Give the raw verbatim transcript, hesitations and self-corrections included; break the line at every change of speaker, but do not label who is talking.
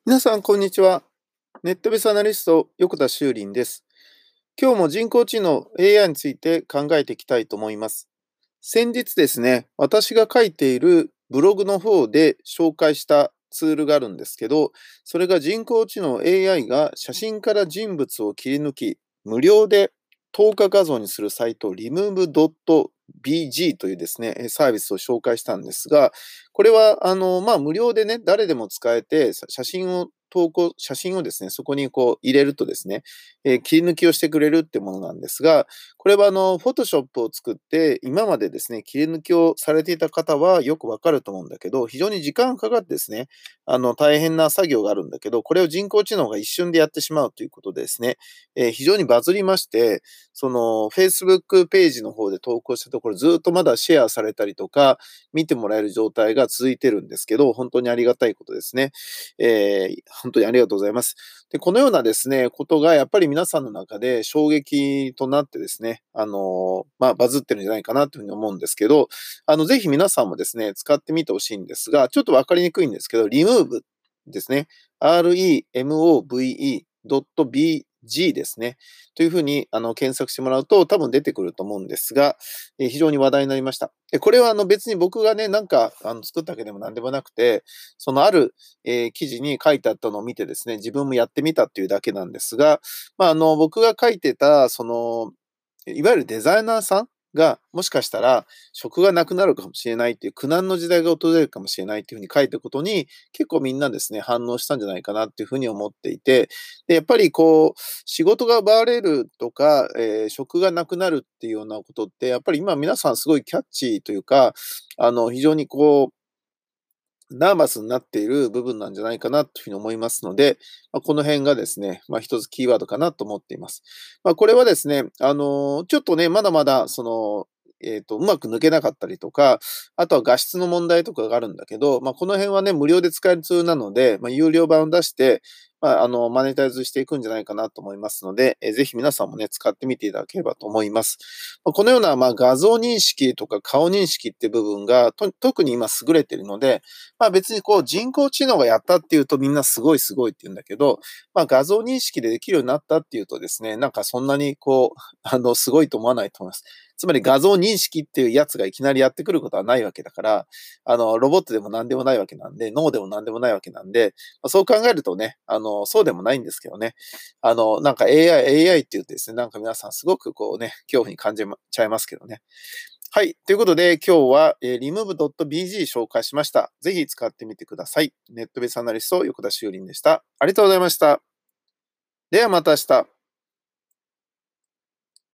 皆さん、こんにちは。ネットベースアナリスト、横田修林です。今日も人工知能 エーアイ について考えていきたいと思います。先日ですね、私が書いているブログの方で紹介したツールがあるんですけど、それが人工知能 エーアイ が写真から人物を切り抜き、無料で透過画像にするサイト リムーブドットビージー というですね、サービスを紹介したんですが、これは、あの、まあ、無料でね、誰でも使えて、さ写真を投稿写真をですね、そこにこう入れるとですね、えー切り抜きをしてくれるってものなんですが、これはあの、フォトショップを作って、今までですね、切り抜きをされていた方はよくわかると思うんだけど、非常に時間がかかってですね、あの、大変な作業があるんだけど、これを人工知能が一瞬でやってしまうということでですね、えー非常にバズりまして、その、Facebook ページの方で投稿したところ、ずっとまだシェアされたりとか、見てもらえる状態が続いてるんですけど、本当にありがたいことですね。えー本当にありがとうございます。で、このようなですね、ことがやっぱり皆さんの中で衝撃となってですね、あの、まあ、バズってるんじゃないかなというふうに思うんですけど、あの、ぜひ皆さんもですね、使ってみてほしいんですが、ちょっとわかりにくいんですけど、remove ですね。remove.bg ですね。というふうにあの検索してもらうと多分出てくると思うんですが、えー非常に話題になりました。でこれはあの別に僕がね、なんかあの作ったわけでも何でもなくて、そのある、えー記事に書いてあったのを見てですね、自分もやってみたっていうだけなんですが、まあ、あの僕が書いてた、その、いわゆるデザイナーさんが、もしかしたら職がなくなるかもしれないっていう苦難の時代が訪れるかもしれないっていうふうに書いたことに、結構みんなですね、反応したんじゃないかなっていうふうに思っていて、で、やっぱりこう、仕事が奪われるとか、えー職がなくなるっていうようなことって、やっぱり今皆さんすごいキャッチーというか、あの、非常にこう、ナーバスになっている部分なんじゃないかなというふうに思いますので、まあ、この辺がですね、まあ、一つキーワードかなと思っています。まあ、これはですね、あの、ちょっとね、まだまだその、えっと、うまく抜けなかったりとか、あとは画質の問題とかがあるんだけど、まあ、この辺はね、無料で使えるツールなので、まあ、有料版を出して、まあ、あの、マネタイズしていくんじゃないかなと思いますので、えーぜひ皆さんもね、使ってみていただければと思います。まあ、このような、まあ、画像認識とか顔認識って部分が、と特に今優れているので、まあ別にこう人工知能がやったっていうとみんなすごいすごいって言うんだけど、まあ画像認識でできるようになったっていうとですね、なんかそんなにこう、あの、すごいと思わないと思います。つまり画像認識っていうやつがいきなりやってくることはないわけだから、あの、ロボットでも何でもないわけなんで、脳でも何でもないわけなんで、まあ、そう考えるとね、あの、そうでもないんですけどね。あの、なんか エーアイ、エーアイ って言うとですね、なんか皆さんすごくこうね、恐怖に感じちゃいますけどね。はい。ということで、今日は、えー、remove.bg 紹介しました。ぜひ使ってみてください。ネットベースアナリスト、横田修林でした。ありがとうございました。ではまた明日。